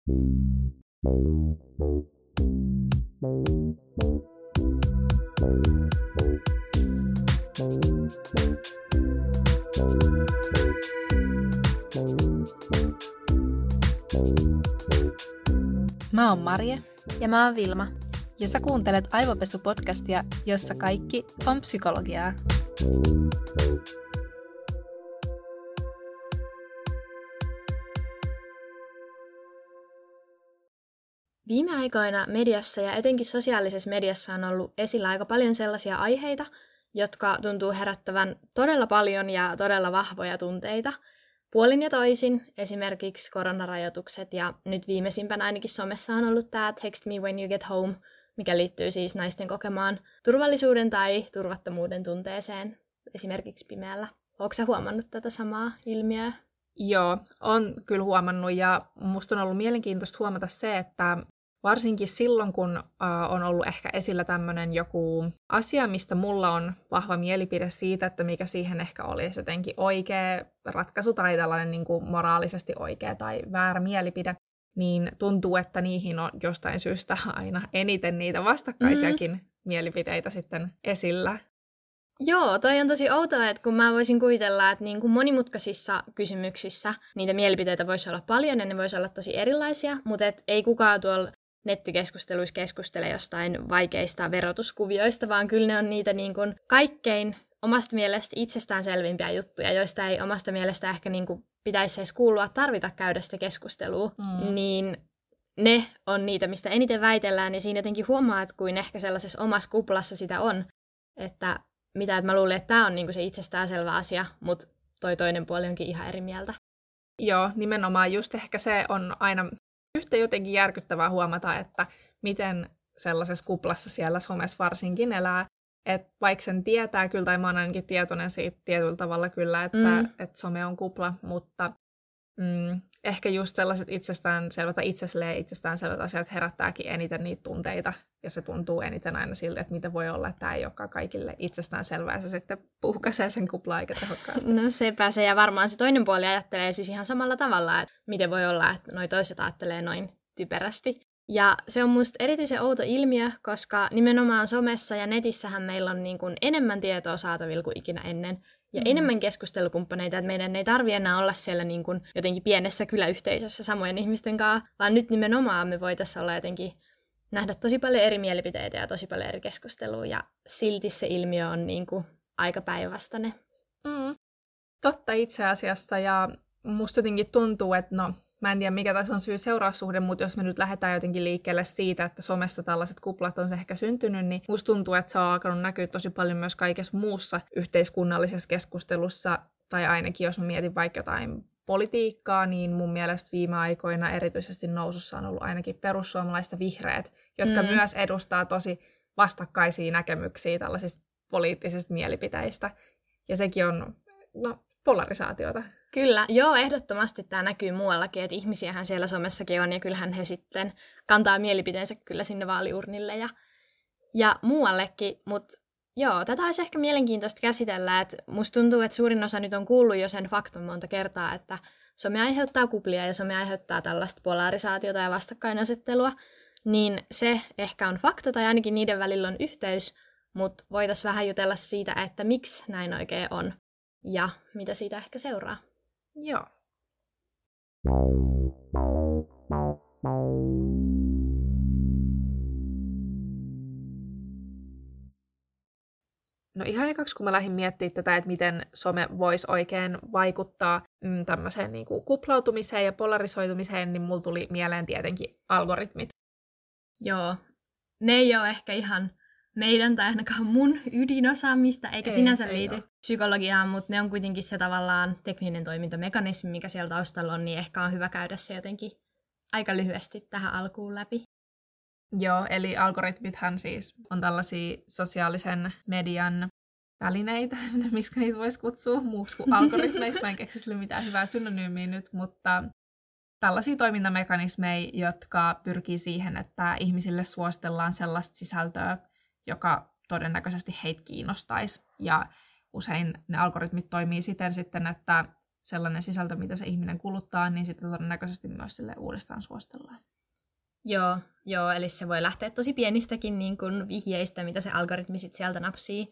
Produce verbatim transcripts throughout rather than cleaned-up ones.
Mä oon Marje. Ja mä oon Vilma. Ja sä kuuntelet Aivopesu-podcastia, jossa kaikki on psykologiaa. Viime aikoina mediassa ja etenkin sosiaalisessa mediassa on ollut esillä aika paljon sellaisia aiheita, jotka tuntuu herättävän todella paljon ja todella vahvoja tunteita. Puolin ja toisin, esimerkiksi koronarajoitukset ja nyt viimeisimpänä ainakin somessa on ollut tämä Text me when you get home, mikä liittyy siis naisten kokemaan turvallisuuden tai turvattomuuden tunteeseen, esimerkiksi pimeällä. Ootko sä huomannut tätä samaa ilmiöä? Joo, on kyllä huomannut ja musta on ollut mielenkiintoista huomata se, että varsinkin silloin, kun uh, on ollut ehkä esillä tämmöinen joku asia, mistä mulla on vahva mielipide siitä, että mikä siihen ehkä olisi jotenkin oikea ratkaisu tai tällainen niin kuin moraalisesti oikea tai väärä mielipide, niin tuntuu, että niihin on jostain syystä aina eniten niitä vastakkaisiakin mm-hmm. mielipiteitä sitten esillä. Joo, toi on tosi outoa, että kun mä voisin kuvitella, että niin kuin monimutkaisissa kysymyksissä niitä mielipiteitä voisi olla paljon ja ne voisi olla tosi erilaisia, mutta et ei kukaan tuolla nettikeskusteluissa keskustele jostain vaikeista verotuskuvioista, vaan kyllä ne on niitä niin kuin kaikkein omasta mielestä itsestäänselvimpiä juttuja, joista ei omasta mielestä ehkä niin kuin pitäisi edes kuulua tarvita käydä sitä keskustelua, mm. niin ne on niitä, mistä eniten väitellään, ja siinä jotenkin huomaa, että kuin ehkä sellaisessa omassa kuplassa sitä on, että mitä, että mä luulen, että tämä on niin kuin se itsestäänselvä asia, mutta toi toinen puoli onkin ihan eri mieltä. Joo, nimenomaan just ehkä se on aina yhtä jotenkin järkyttävää huomata, että miten sellaisessa kuplassa siellä somessa varsinkin elää. Että vaikka sen tietää kyllä, tai mä oon ainakin tietoinen siitä tietyllä tavalla kyllä, että, mm. että some on kupla, mutta mm, ehkä just sellaiset itsestäänselvät tai itselleen itsestäänselvät asiat herättääkin eniten niitä tunteita, ja se tuntuu eniten aina siltä, että miten voi olla, että tämä ei olekaan kaikille itsestäänselvää, ja se sitten puhkaisee sen kuplaa aika tehokkaasti. No sepä se, ja varmaan se toinen puoli ajattelee siis ihan samalla tavalla, että miten voi olla, että noi toiset ajattelee noin typerästi. Ja se on musta erityisen outo ilmiö, koska nimenomaan somessa ja netissähän meillä on niin kuin enemmän tietoa saatavilla kuin ikinä ennen. Ja mm. enemmän keskustelukumppaneita, että meidän ei tarvitse enää olla siellä niin kuin jotenkin pienessä kyläyhteisössä samojen ihmisten kanssa, vaan nyt nimenomaan me voitaisiin olla jotenkin nähdä tosi paljon eri mielipiteitä ja tosi paljon eri keskustelua, ja silti se ilmiö on niin kuin aika päinvastainen. Mm. Totta itse asiassa, ja musta jotenkin tuntuu, että no, mä en tiedä mikä tässä on syy-seuraussuhde, mutta jos me nyt lähdetään jotenkin liikkeelle siitä, että somessa tällaiset kuplat on se ehkä syntynyt, niin musta tuntuu, että se on alkanut näkyä tosi paljon myös kaikessa muussa yhteiskunnallisessa keskustelussa, tai ainakin jos mä mietin vaikka jotain politiikkaa, niin mun mielestä viime aikoina erityisesti nousussa on ollut ainakin perussuomalaiset vihreät, jotka mm. myös edustaa tosi vastakkaisia näkemyksiä tällaisista poliittisista mielipiteistä. Ja sekin on no, polarisaatiota. Kyllä, joo, ehdottomasti tämä näkyy muuallakin, että ihmisiähän siellä somessakin on, ja kyllähän he sitten kantaa mielipiteensä kyllä sinne vaaliurnille ja, ja muuallekin, mutta joo, tätä olisi ehkä mielenkiintoista käsitellä, että musta tuntuu, että suurin osa nyt on kuullut jo sen fakton monta kertaa, että some aiheuttaa kuplia ja some aiheuttaa tällaista polarisaatiota ja vastakkainasettelua, niin se ehkä on fakta tai ainakin niiden välillä on yhteys, mutta voitaisiin vähän jutella siitä, että miksi näin oikein on ja mitä siitä ehkä seuraa. Joo. No ihan ekaksi, kun mä lähdin miettimään tätä, että miten some voisi oikein vaikuttaa mm, tämmöiseen niin kuin kuplautumiseen ja polarisoitumiseen, niin mulla tuli mieleen tietenkin algoritmit. Joo, ne ei ole ehkä ihan meidän tai ainakaan mun ydinosaamista, eikä ei, sinänsä ei liity ole psykologiaan, mutta ne on kuitenkin se tavallaan tekninen toimintamekanismi, mikä siellä taustalla on, niin ehkä on hyvä käydä se jotenkin aika lyhyesti tähän alkuun läpi. Joo, eli algoritmithan siis on tällaisia sosiaalisen median välineitä, miksi niitä voisi kutsua muuksi kuin algoritmeiksi. Mä en keksi sille mitään hyvää synonyymiä nyt, mutta tällaisia toimintamekanismeja, jotka pyrkii siihen, että ihmisille suositellaan sellaista sisältöä, joka todennäköisesti heitä kiinnostaisi. Ja usein ne algoritmit toimii siten sitten, että sellainen sisältö, mitä se ihminen kuluttaa, niin sitten todennäköisesti myös sille uudestaan suositellaan. Joo, joo, eli se voi lähteä tosi pienistäkin niin kuin vihjeistä, mitä se algoritmi sit sieltä napsii.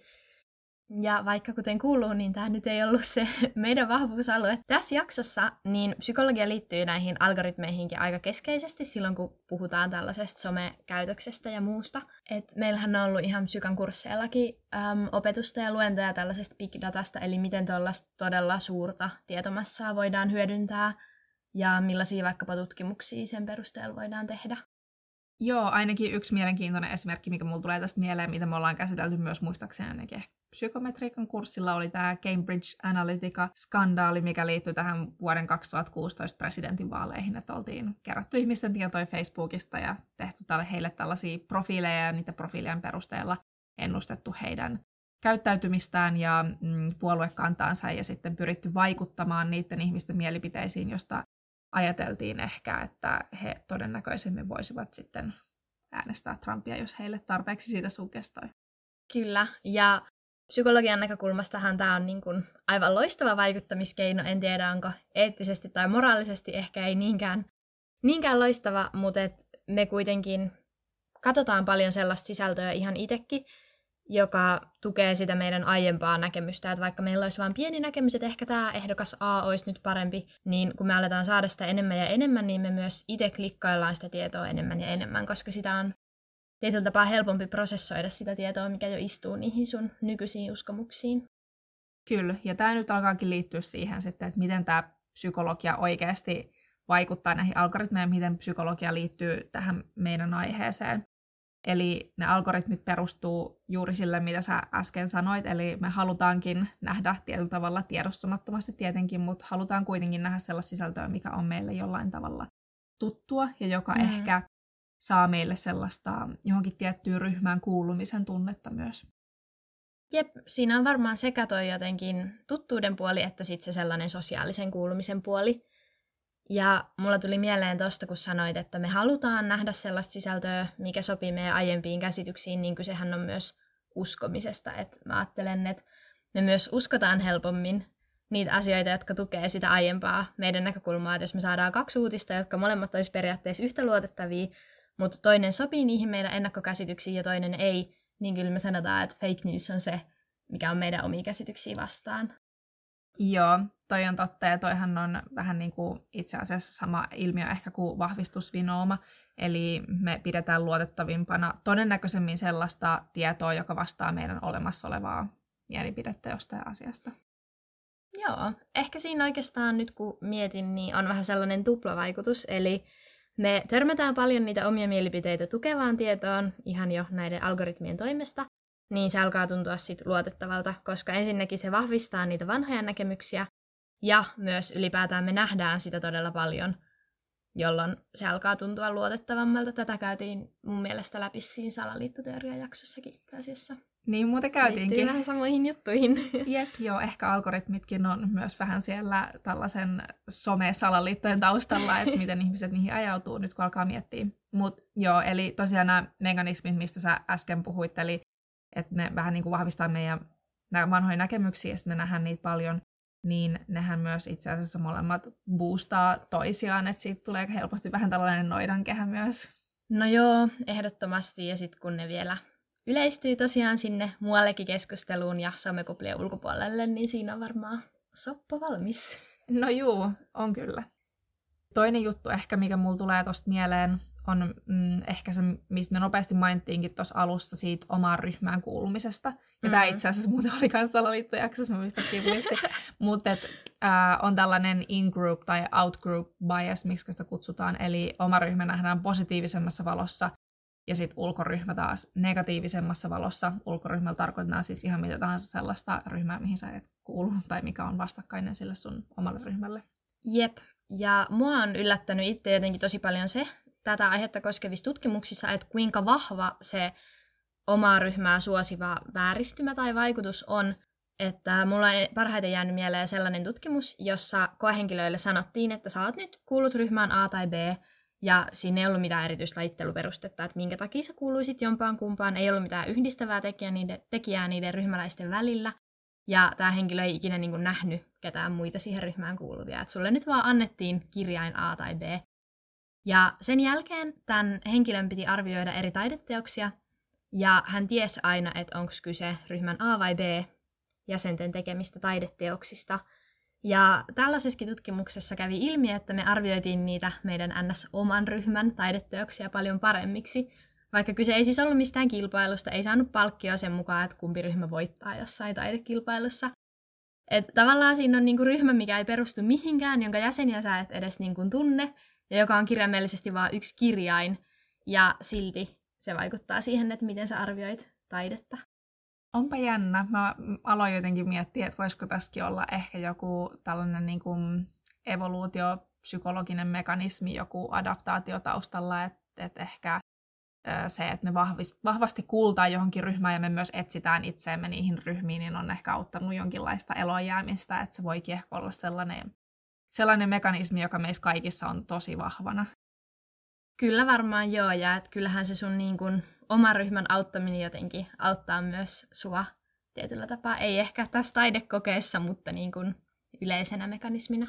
Ja vaikka kuten kuuluu, niin tämä nyt ei ollut se meidän vahvuusalue. Tässä jaksossa niin psykologia liittyy näihin algoritmeihinkin aika keskeisesti silloin, kun puhutaan tällaisesta somekäytöksestä ja muusta. Et meillähän on ollut ihan psykan kursseillakin äm, opetusta ja luentoja tällaisesta big datasta, eli miten tuollaista todella suurta tietomassaa voidaan hyödyntää ja millaisia vaikkapa tutkimuksia sen perusteella voidaan tehdä. Joo, ainakin yksi mielenkiintoinen esimerkki, mikä mulla tulee tästä mieleen, mitä me ollaan käsitelty myös muistaakseni ainakin psykometriikan kurssilla, oli tämä Cambridge Analytica-skandaali, mikä liittyy tähän vuoden kaksituhattakuusitoista presidentinvaaleihin, että oltiin kerätty ihmisten tietoja Facebookista ja tehty tälle heille tällaisia profiileja ja niiden profiilien perusteella ennustettu heidän käyttäytymistään ja mm, puoluekantaansa ja sitten pyritty vaikuttamaan niiden ihmisten mielipiteisiin, josta ajateltiin ehkä, että he todennäköisemmin voisivat sitten äänestää Trumpia, jos heille tarpeeksi siitä suggestoi. Kyllä, ja psykologian näkökulmastahan tämä on niin kuin aivan loistava vaikuttamiskeino. En tiedä, onko eettisesti tai moraalisesti ehkä ei niinkään, niinkään loistava, mutta et me kuitenkin katsotaan paljon sellaista sisältöä ihan itsekin, joka tukee sitä meidän aiempaa näkemystä. Että vaikka meillä olisi vain pieni näkemys, että ehkä tämä ehdokas A olisi nyt parempi, niin kun me aletaan saada sitä enemmän ja enemmän, niin me myös itse klikkaillaan sitä tietoa enemmän ja enemmän, koska sitä on tietyllä tapaa helpompi prosessoida sitä tietoa, mikä jo istuu niihin sun nykyisiin uskomuksiin. Kyllä, ja tämä nyt alkaakin liittyä siihen sitten, että miten tämä psykologia oikeasti vaikuttaa näihin algoritmeihin, miten psykologia liittyy tähän meidän aiheeseen. Eli ne algoritmit perustuu juuri sille, mitä sä äsken sanoit, eli me halutaankin nähdä tietyllä tavalla tiedostamattomasti tietenkin, mutta halutaan kuitenkin nähdä sellaista sisältöä, mikä on meille jollain tavalla tuttua ja joka mm. ehkä saa meille sellaista johonkin tiettyyn ryhmään kuulumisen tunnetta myös. Jep, siinä on varmaan sekä toi jotenkin tuttuuden puoli, että sitten se sellainen sosiaalisen kuulumisen puoli. Ja mulla tuli mieleen tosta, kun sanoit, että me halutaan nähdä sellaista sisältöä, mikä sopii meidän aiempiin käsityksiin, niin kysehän on myös uskomisesta. Et mä ajattelen, että me myös uskotaan helpommin niitä asioita, jotka tukee sitä aiempaa meidän näkökulmaa. Et jos me saadaan kaksi uutista, jotka molemmat olisi periaatteessa yhtä luotettavia, mutta toinen sopii niihin meidän ennakkokäsityksiin ja toinen ei, niin kyllä me sanotaan, että fake news on se, mikä on meidän omia käsityksiä vastaan. Joo, toi on totta ja toihan on vähän niin kuin itse asiassa sama ilmiö ehkä kuin vahvistusvinooma. Eli me pidetään luotettavimpana todennäköisemmin sellaista tietoa, joka vastaa meidän olemassa olevaa mielipidettä jostain asiasta. Joo, ehkä siinä oikeastaan nyt kun mietin, niin on vähän sellainen tuplavaikutus, eli me törmätään paljon niitä omia mielipiteitä tukevaan tietoon ihan jo näiden algoritmien toimesta, niin se alkaa tuntua sit luotettavalta, koska ensinnäkin se vahvistaa niitä vanhoja näkemyksiä, ja myös ylipäätään me nähdään sitä todella paljon, jolloin se alkaa tuntua luotettavammalta. Tätä käytiin mun mielestä läpi siinä salaliittoteoria-jaksossakin itse asiassa. Niin muuten käytiinkin. Liittyy vähän samoihin juttuihin. Jep, joo, ehkä algoritmitkin on myös vähän siellä tällaisen some-salaliittojen taustalla, että miten ihmiset niihin ajautuu nyt, kun alkaa miettiä. Mutta joo, eli tosiaan nämä mekanismit, mistä sä äsken puhuit, eli että ne vähän niin kuin vahvistaa meidän vanhoja näkemyksiä, ja sitten me nähdään niitä paljon, niin nehän myös itse asiassa molemmat boostaa toisiaan, että siitä tulee helposti vähän tällainen noidankehä myös. No joo, ehdottomasti, ja sitten kun ne vielä yleistyy tosiaan sinne muuallekin keskusteluun ja somekuplien ulkopuolelle, niin siinä on varmaan soppa valmis. No juu, on kyllä. Toinen juttu ehkä, mikä mulla tulee tosta mieleen, on mm, ehkä se, mistä me nopeasti mainittiinkin tuossa alussa siitä omaan ryhmään kuulumisesta. Ja mm-hmm. tämä itse asiassa muuten oli myös salaliittojaksossa, mä muistan kivulisti. Mutta äh, on tällainen in-group tai out-group bias, miksi sitä kutsutaan. Eli oma ryhmä nähdään positiivisemmassa valossa ja sitten ulkoryhmä taas negatiivisemmassa valossa. Ulkoryhmällä tarkoitetaan siis ihan mitä tahansa sellaista ryhmää, mihin sä et kuulu tai mikä on vastakkainen sille sun omalle ryhmälle. Jep, ja mua on yllättänyt itse jotenkin tosi paljon se, tätä aihetta koskevissa tutkimuksissa, että kuinka vahva se omaa ryhmää suosiva vääristymä tai vaikutus on. Että mulla on parhaiten jäänyt mieleen sellainen tutkimus, jossa koehenkilöille sanottiin, että sä oot nyt kuullut ryhmään A tai B, ja siinä ei ollut mitään erityistä lajitteluperustetta, että minkä takia sä kuuluisit jompaan kumpaan, ei ollut mitään yhdistävää tekijää niiden, tekijää niiden ryhmäläisten välillä. ja tämä henkilö ei ikinä niin kuin nähnyt ketään muita siihen ryhmään kuuluvia. Et sulle nyt vaan annettiin kirjain A tai B. Ja sen jälkeen tämän henkilön piti arvioida eri taideteoksia, ja hän tiesi aina, että onko kyse ryhmän A vai B jäsenten tekemistä taideteoksista. Ja tällaisessakin tutkimuksessa kävi ilmi, että me arvioitiin niitä meidän N S-oman ryhmän taideteoksia paljon paremmiksi, vaikka kyse ei siis ollut mistään kilpailusta, ei saanut palkkioa sen mukaan, että kumpi ryhmä voittaa jossain taidekilpailussa. Et tavallaan siinä on niinku ryhmä, mikä ei perustu mihinkään, jonka jäseniä sä et edes niinku tunne, ja joka on kirjaimellisesti vain yksi kirjain, ja silti se vaikuttaa siihen, että miten sä arvioit taidetta. Onpa jännä. Mä aloin jotenkin miettiä, että voisiko tässäkin olla ehkä joku tällainen niin kuin evoluutiopsykologinen mekanismi, joku adaptaatio taustalla, että, että ehkä se, että me vahvasti kuultaan johonkin ryhmään ja me myös etsitään itseämme niihin ryhmiin, niin on ehkä auttanut jonkinlaista eloonjäämistä, että se voikin ehkä olla sellainen, sellainen mekanismi, joka meissä kaikissa on tosi vahvana. Kyllä varmaan joo, ja että kyllähän se sun niin kun, oman ryhmän auttaminen jotenkin auttaa myös sua tietyllä tapaa. Ei ehkä tässä taidekokeessa, mutta niin kun yleisenä mekanismina.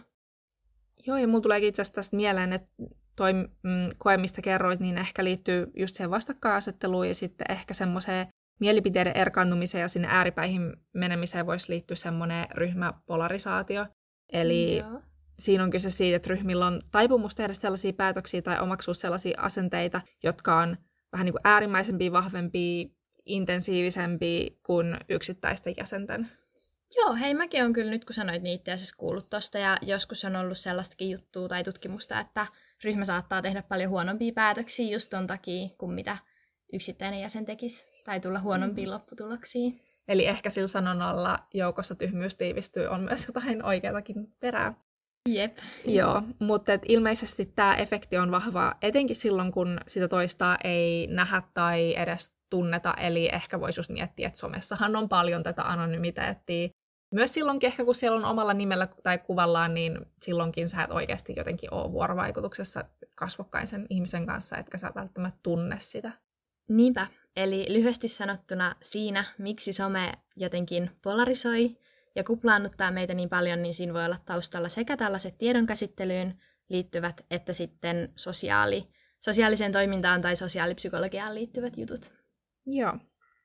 Joo, ja mulla tuleekin itse asiassa tästä mieleen, että toi mm, koe, mistä kerroit, niin ehkä liittyy just siihen vastakkainasetteluun ja sitten ehkä semmoiseen mielipiteiden erkaantumiseen ja sinne ääripäihin menemiseen voisi liittyä semmoinen ryhmäpolarisaatio. Eli Joo. Siinä on kyse siitä, että ryhmillä on taipumus tehdä sellaisia päätöksiä tai omaksua sellaisia asenteita, jotka on vähän niin kuin äärimmäisempiä, vahvempia, intensiivisempia kuin yksittäisten jäsenten. Joo, hei mäkin on kyllä nyt kun sanoit niin itse asiassa kuullut tosta ja joskus on ollut sellaistakin juttua tai tutkimusta, että ryhmä saattaa tehdä paljon huonompia päätöksiä just ton takia kuin mitä yksittäinen jäsen tekisi tai tulla huonompiin mm. lopputuloksiin. Eli ehkä sillä sanonnalla joukossa tyhmyys tiivistyy on myös jotain oikeatakin perää. Jep. Joo, mutta ilmeisesti tämä efekti on vahva etenkin silloin, kun sitä toista ei nähdä tai edes tunneta. Eli ehkä voisi just miettiä, että somessahan on paljon tätä anonymiteettiä. Myös silloinkin ehkä, kun siellä on omalla nimellä tai kuvallaan, niin silloinkin sä et oikeasti jotenkin ole vuorovaikutuksessa kasvokkaisen ihmisen kanssa, etkä sä välttämättä tunne sitä. Niinpä. Eli lyhyesti sanottuna siinä, miksi some jotenkin polarisoi ja kuplaannuttaa meitä niin paljon, niin siinä voi olla taustalla sekä tällaiset tiedonkäsittelyyn liittyvät, että sitten sosiaali, sosiaaliseen toimintaan tai sosiaalipsykologiaan liittyvät jutut. Joo.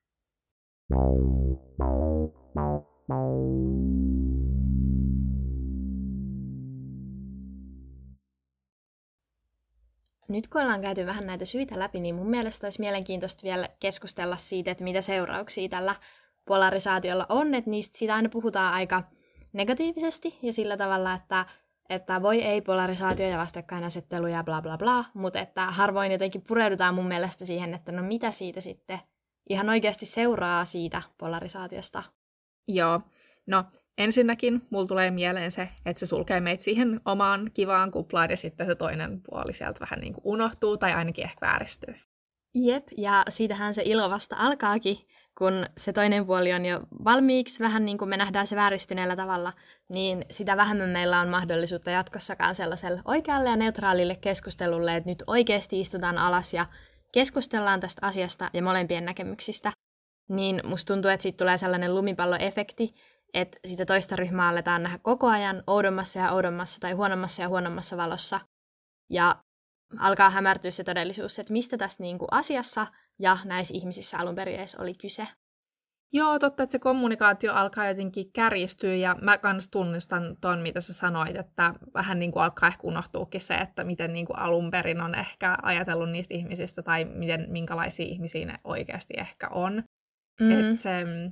Nyt kun ollaan käyty vähän näitä syitä läpi, niin mun mielestä olisi mielenkiintoista vielä keskustella siitä, että mitä seurauksia tällä polarisaatiolla on, että niistä siitä aina puhutaan aika negatiivisesti ja sillä tavalla, että, että voi ei polarisaatio ja vastakkainasettelu ja bla bla bla, mutta että harvoin jotenkin pureudutaan mun mielestä siihen, että no mitä siitä sitten ihan oikeasti seuraa siitä polarisaatiosta. Joo, no ensinnäkin mulla tulee mieleen se, että se sulkee meitä siihen omaan kivaan kuplaan ja sitten se toinen puoli sieltä vähän niin kuin unohtuu tai ainakin ehkä vääristyy. Jep, ja siitähän se ilo vasta alkaakin, kun se toinen puoli on jo valmiiksi, vähän niin kuin me nähdään se vääristyneellä tavalla, niin sitä vähemmän meillä on mahdollisuutta jatkossakaan sellaiselle oikealle ja neutraalille keskustelulle, että nyt oikeasti istutaan alas ja keskustellaan tästä asiasta ja molempien näkemyksistä. Niin musta tuntuu, että siitä tulee sellainen lumipalloefekti, että sitä toista ryhmää aletaan nähdä koko ajan oudommassa ja oudommassa tai huonommassa ja huonommassa valossa. Ja alkaa hämärtyä se todellisuus, että mistä tässä niinku asiassa ja näissä ihmisissä alun perin edes oli kyse. Joo, totta, että se kommunikaatio alkaa jotenkin kärjistyä ja mä kans tunnistan ton, mitä sä sanoit, että vähän niin kuin alkaa ehkä unohtuukin se, että miten niin kuin alun perin on ehkä ajatellut niistä ihmisistä tai miten, minkälaisia ihmisiä ne oikeasti ehkä on. Mm-hmm. Et se,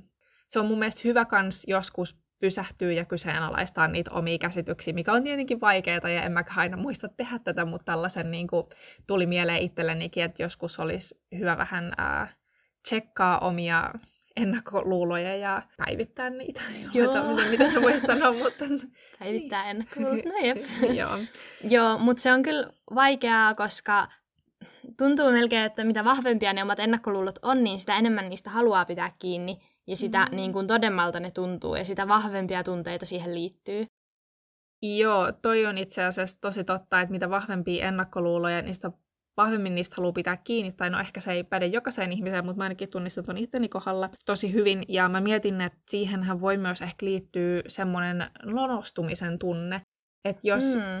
se on mun mielestä hyvä kans joskus pysähtyä ja kyseenalaistaa niitä omia käsityksiä, mikä on tietenkin vaikeaa ja en mä aina muista tehdä tätä, mutta tällaisen niin kuin tuli mieleen itsellenikin, että joskus olisi hyvä vähän ää, tsekkaa omia ennakkoluuloja ja päivittää niitä. Joo. Mitä, mitä sä voisit sanoa, mutta... Päivittää ennakkoluulot, no jep. Joo. Joo, mutta se on kyllä vaikeaa, koska tuntuu melkein, että mitä vahvempia ne omat ennakkoluulot on, niin sitä enemmän niistä haluaa pitää kiinni. Ja sitä mm. niin kuin todemmalta ne tuntuu, ja sitä vahvempia tunteita siihen liittyy. Joo, toi on itse asiassa tosi totta, että mitä vahvempia ennakkoluuloja, niistä vahvemmin niistä haluaa pitää kiinni, tai no ehkä se ei päde jokaiseen ihmiseen, mutta mä ainakin tunnistan ton itteni kohdalla tosi hyvin, ja mä mietin, että siihenhän voi myös ehkä liittyä semmoinen lonostumisen tunne, että jos, mm.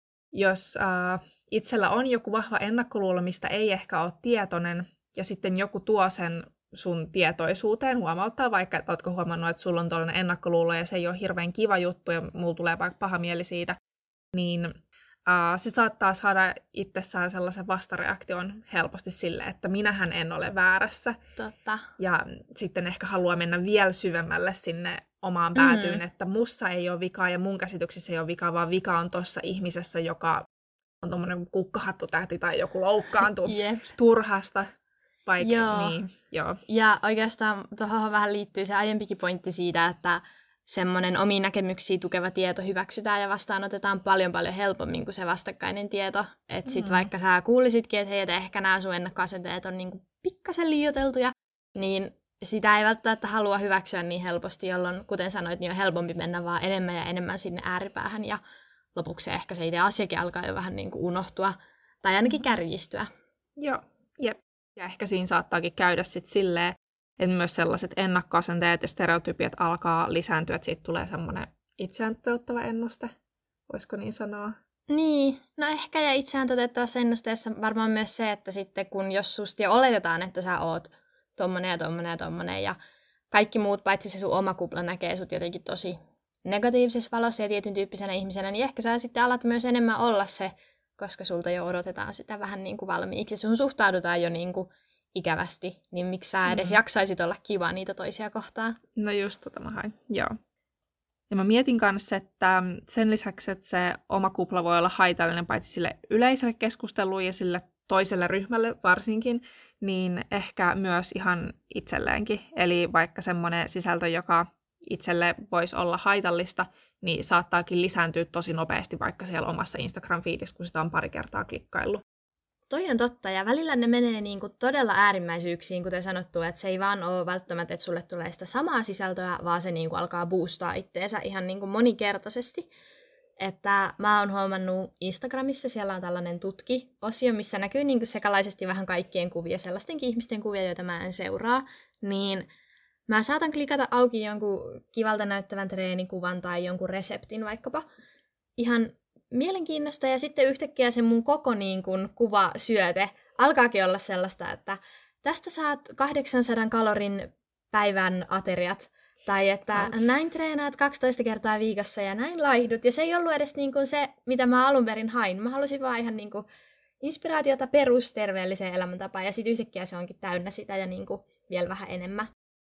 jos äh, itsellä on joku vahva ennakkoluulo, mistä ei ehkä ole tietoinen, ja sitten joku tuo sen sun tietoisuuteen, huomauttaa vaikka, että ootko huomannut, että sulla on tuollainen ennakkoluulo, ja se ei ole hirveän kiva juttu, ja mulla tulee vaikka paha mieli siitä, niin Uh, se saattaa saada itsessään sellaisen vastareaktion helposti sille, että minähän en ole väärässä. Totta. Ja sitten ehkä haluaa mennä vielä syvemmälle sinne omaan päätyyn, mm. että mussa ei ole vikaa ja mun käsityksissä ei ole vikaa, vaan vika on tuossa ihmisessä, joka on tommoinen kukkahattutähti tai joku loukkaantuu yep. turhasta. Vaikka, joo. Niin, joo. Ja oikeastaan tuohon vähän liittyy se aiempikin pointti siitä, että semmoinen omiin näkemyksiin tukeva tieto hyväksytään ja vastaanotetaan paljon paljon helpommin kuin se vastakkainen tieto. Että sit mm. vaikka sä kuulisitkin, että hei, että ehkä nämä sun ennakkoasenteet on niinku pikkasen liioiteltuja, niin sitä ei välttämättä halua hyväksyä niin helposti, jolloin, kuten sanoit, niin on helpompi mennä vaan enemmän ja enemmän sinne ääripäähän ja lopuksi se ehkä se itse asiakin alkaa jo vähän niinku unohtua tai ainakin kärjistyä. Joo, jep. Ja ehkä siinä saattaakin käydä sitten silleen, että myös sellaiset ennakkoasenteet ja stereotypiat alkaa lisääntyä, että siitä tulee semmoinen itseään toteuttava ennuste. Voisiko niin sanoa? Niin, no ehkä ja itseään toteuttavassa ennusteessa varmaan myös se, että sitten kun jos susta jo oletetaan, että sä oot tommonen ja tommonen ja tommonen ja kaikki muut, paitsi se sun oma kupla näkee sut jotenkin tosi negatiivisessa valossa ja tietyn tyyppisenä ihmisenä, niin ehkä sä sitten alat myös enemmän olla se, koska sulta jo odotetaan sitä vähän niin kuin valmiiksi. Sun suhtaudutaan jo niin kuin ikävästi, niin miksi sä edes mm. jaksaisit olla kiva niitä toisia kohtaan? No just tota mä hain, joo. Ja mä mietin kanssa, että sen lisäksi, että se oma kupla voi olla haitallinen paitsi sille yleiselle keskusteluun ja sille toiselle ryhmälle varsinkin, niin ehkä myös ihan itselleenkin. Eli vaikka semmoinen sisältö, joka itselle voisi olla haitallista, niin saattaakin lisääntyä tosi nopeasti vaikka siellä omassa Instagram-feedissä, kun sitä on pari kertaa klikkaillut. Toi on totta, ja välillä ne menee niinku todella äärimmäisyyksiin, kuten sanottu, että se ei vaan ole välttämättä, että sulle tulee sitä samaa sisältöä, vaan se niinku alkaa boostaa itteensä ihan niinku monikertaisesti. Että mä oon huomannut Instagramissa, siellä on tällainen tutki-osio, missä näkyy niinku sekalaisesti vähän kaikkien kuvia, sellaistenkin ihmisten kuvia, joita mä en seuraa, niin mä saatan klikata auki jonkun kivalta näyttävän treenikuvan tai jonkun reseptin vaikkapa ihan mielenkiinnosta, ja sitten yhtäkkiä se mun koko niin kun, kuvasyöte alkaakin olla sellaista, että tästä saat kahdeksansadan kalorin päivän ateriat, tai että Oks. näin treenaat kaksitoista kertaa viikossa ja näin laihdut, ja se ei ollut edes niin kun se, mitä mä alun perin hain. Mä halusin vaan ihan niin kun, inspiraatiota perusterveelliseen elämäntapaan, ja sitten yhtäkkiä se onkin täynnä sitä ja niin kun, vielä vähän enemmän.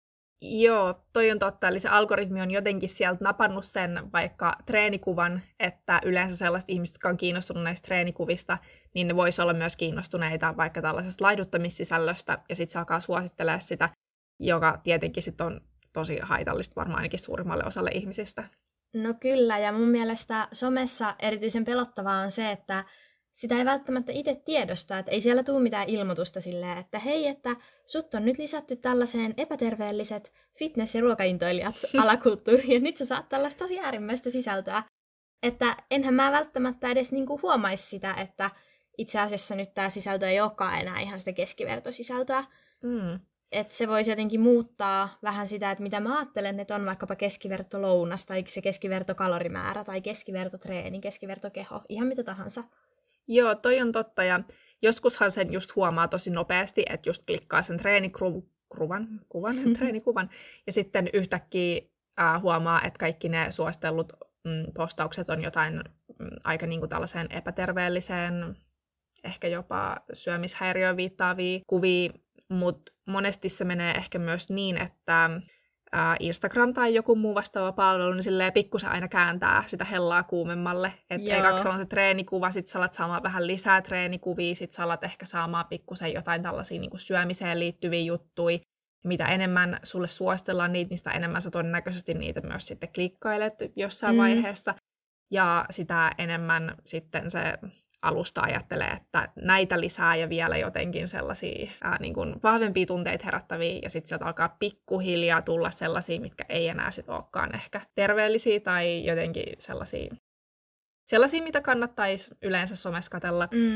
Joo, toi on totta. Eli se algoritmi on jotenkin sieltä napannut sen vaikka treenikuvan, että yleensä sellaiset ihmiset, jotka on kiinnostunut näistä treenikuvista, niin ne voisi olla myös kiinnostuneita vaikka tällaisesta laihduttamissisällöstä, ja sitten se alkaa suosittelemaan sitä, joka tietenkin sitten on tosi haitallista varmaan ainakin suurimmalle osalle ihmisistä. No kyllä, ja mun mielestä somessa erityisen pelottavaa on se, että sitä ei välttämättä itse tiedosta, että ei siellä tule mitään ilmoitusta silleen, että hei, että sut on nyt lisätty tällaiseen epäterveelliset fitness- ja ruokaintoilijat alakulttuuriin, ja nyt sä saat tällaista tosi äärimmäistä sisältöä. Että enhän mä välttämättä edes niinku huomaisi sitä, että itse asiassa nyt tää sisältö ei olekaan enää ihan sitä keskivertosisältöä. Mm. Että se voisi jotenkin muuttaa vähän sitä, että mitä mä ajattelen, että on vaikkapa keskivertolounas, tai se keskivertokalorimäärä, tai keskivertotreeni, keskivertokeho, ihan mitä tahansa. Joo, toi on totta, ja joskushan sen just huomaa tosi nopeasti, että just klikkaa sen treenikuvan, kuvan, treenikuvan, ja sitten yhtäkkiä äh, huomaa, että kaikki ne suositellut mm, postaukset on jotain mm, aika niinku tällaiseen epäterveelliseen, ehkä jopa syömishäiriöön viittaavia kuvia, mutta monesti se menee ehkä myös niin, että Instagram tai joku muu vastaava palvelu, niin silleen pikkusen aina kääntää sitä hellaa kuumemmalle. Että ekaksi on se treenikuva, sit sä alat saamaan vähän lisää treenikuvia, sit sä alat ehkä saamaan pikkusen jotain tällaisia niin kuin syömiseen liittyviä juttuja. Mitä enemmän sulle suositellaan niitä, niin sitä enemmän sä todennäköisesti niitä myös sitten klikkailet jossain mm. vaiheessa. Ja sitä enemmän sitten se alusta ajattelee, että näitä lisää ja vielä jotenkin sellaisia ää, niin kuin vahvempia tunteita herättäviä, ja sitten sieltä alkaa pikkuhiljaa tulla sellaisia, mitkä ei enää sit olekaan ehkä terveellisiä tai jotenkin sellaisia, sellaisia mitä kannattaisi yleensä somessa katsella. Mm.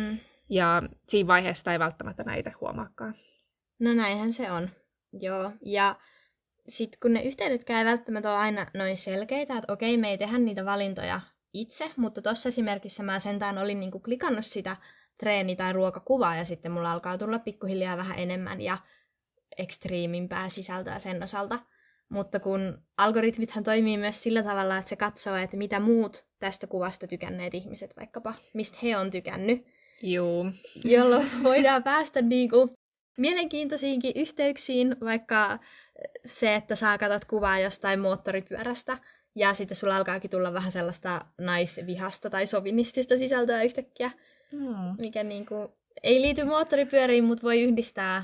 Ja siinä vaiheessa sitä ei välttämättä näitä huomaakaan. No näinhän se on, joo. Ja sitten kun ne yhteydetkään ei välttämättä ole aina noin selkeitä, että okei, me ei tehdä niitä valintoja itse, mutta tuossa esimerkissä mä sentään olin niinku klikannut sitä treeni- tai ruokakuvaa, ja sitten mulla alkaa tulla pikkuhiljaa vähän enemmän ja ekstriimimpää sisältöä sen osalta. Mutta kun algoritmithan toimii myös sillä tavalla, että se katsoo, että mitä muut tästä kuvasta tykänneet ihmiset vaikkapa, mistä he on tykännyt. Juu. Jolloin voidaan päästä niinku mielenkiintoisiinkin yhteyksiin, vaikka se, että sä katsot kuvaa jostain moottoripyörästä, ja sitten sulla alkaakin tulla vähän sellaista naisvihasta tai sovinistista sisältöä yhtäkkiä, Mm. mikä niinku ei liity moottoripyöriin, mutta voi yhdistää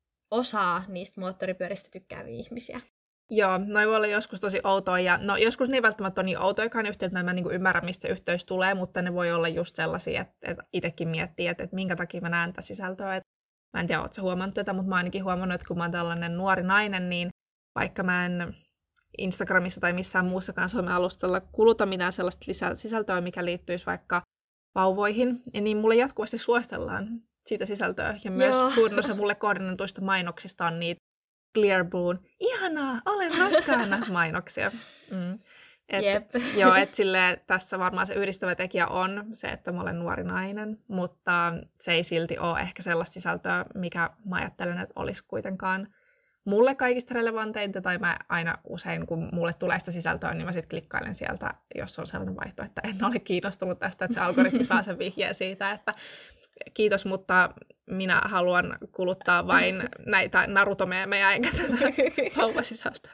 osaa niistä moottoripyöristä tykkääviä ihmisiä. Joo, noi voi olla joskus tosi outoa, ja no joskus ne ei välttämättä ole niin outoikaan yhteyttä, että mä niin ymmärrän, mistä se yhteys tulee, mutta ne voi olla just sellaisia, että, että itsekin miettii, että, että minkä takia mä näen tätä sisältöä. Että, mä en tiedä, ootko sä huomannut tätä, mutta mä ainakin huomannut, että kun mä oon tällainen nuori nainen, niin vaikka mä en Instagramissa tai missään muussakaan some-alustalla kuluta mitään sellaista lisä- sisältöä, mikä liittyisi vaikka vauvoihin, niin mulle jatkuvasti suositellaan siitä sisältöä. Ja myös Joo. suurin osa mulle kohdennetuista mainoksista on niitä Clear Bluun, ihanaa, olen raskaana mainoksia. Mm. Et, Jep. joo, että silleen, tässä varmaan se yhdistävä tekijä on se, että mä olen nuori nainen, mutta se ei silti ole ehkä sellaista sisältöä, mikä mä ajattelen, että olisi kuitenkaan mulle kaikista relevanteinta, tai mä aina usein, kun mulle tulee sitä sisältöä, niin mä sitten klikkailen sieltä, jos on sellainen vaihtoehto, että en ole kiinnostunut tästä, että se algoritmi saa sen vihjeen siitä, että kiitos, mutta minä haluan kuluttaa vain näitä Naruto-meemejä, enkä tätä vauvasisältöä.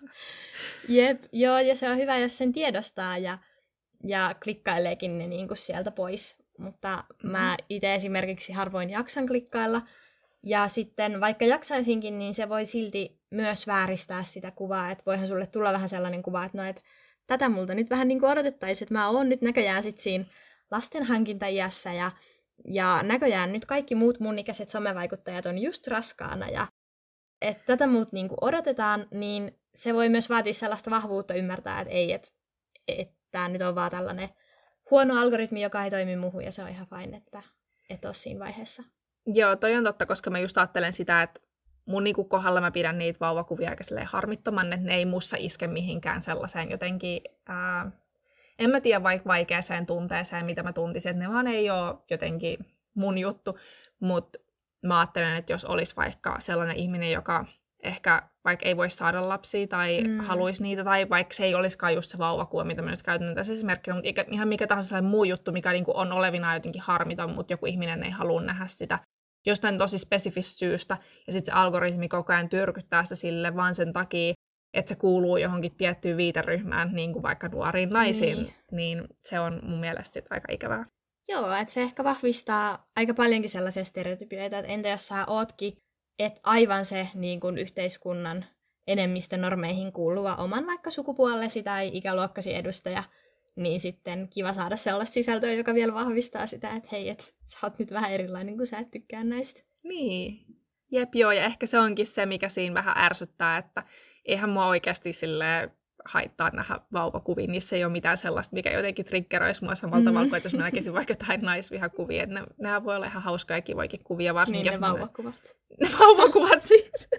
Jep, joo, ja se on hyvä, jos sen tiedostaa ja, ja klikkaileekin ne niinku sieltä pois. Mutta mm. mä itse esimerkiksi harvoin jaksan klikkailla. Ja sitten vaikka jaksaisinkin, niin se voi silti myös vääristää sitä kuvaa. Että voihan sulle tulla vähän sellainen kuva, että no, et tätä multa nyt vähän niin kuin odotettaisiin, että mä oon nyt näköjään sit siinä lastenhankinta-iässä ja Ja näköjään nyt kaikki muut mun ikäiset somevaikuttajat on just raskaana ja että tätä multa niinku odotetaan, niin se voi myös vaatia sellaista vahvuutta ymmärtää, että ei, että et, tämä nyt on vaan tällainen huono algoritmi, joka ei toimi muuhun ja se on ihan fine, että et ole siinä vaiheessa. Joo, toi on totta, koska mä just ajattelen sitä, että mun niinku kohdalla mä pidän niitä vauvakuvia aika harmittoman, että ne ei mussa iske mihinkään sellaiseen jotenkin Ää, en mä tiedä vaikka vaikeaseen tunteeseen, mitä mä tuntisin, että ne vaan ei ole jotenkin mun juttu, mutta mä ajattelen, että jos olisi vaikka sellainen ihminen, joka ehkä vaikka ei voi saada lapsia tai mm. haluaisi niitä, tai vaikka se ei olisikaan just se vauvakuva, mitä mä nyt käytän tässä esimerkkinä, mutta ihan mikä tahansa sellainen muu juttu, mikä niinku on olevinaan jotenkin harmiton, mutta joku ihminen ei halua nähdä sitä jostain tosi spesifistä syystä, ja sitten se algoritmi koko ajan tyrkyttää sitä sille vaan sen takia, että se kuuluu johonkin tiettyyn viiteryhmään, niin kuin vaikka nuoriin naisiin, niin, niin se on mun mielestä sit aika ikävää. Joo, että se ehkä vahvistaa aika paljonkin sellaisia stereotypioita, että entä jos sä ootkin, et aivan se niin kun yhteiskunnan enemmistönormeihin kuuluva oman vaikka sukupuolesi tai ikäluokkasi edustaja, niin sitten kiva saada sellaista sisältöä, joka vielä vahvistaa sitä, että hei, et sä oot nyt vähän erilainen, kun sä et tykkää näistä. Niin, jep joo, ja ehkä se onkin se, mikä siinä vähän ärsyttää, että eihän mua oikeasti silleen haittaa nähdä vauvakuvia, niissä ei ole mitään sellaista, mikä jotenkin triggeroisi mua samalla mm. tavalla kuin, että jos mä näkisin vaikka jotain naisvihakuvia, että ne, nehän voi olla ihan hauskoja ja kivoikin kuvia, varsinkin niin, jos ne vauvakuvat. Ne, ne vauvakuvat siis.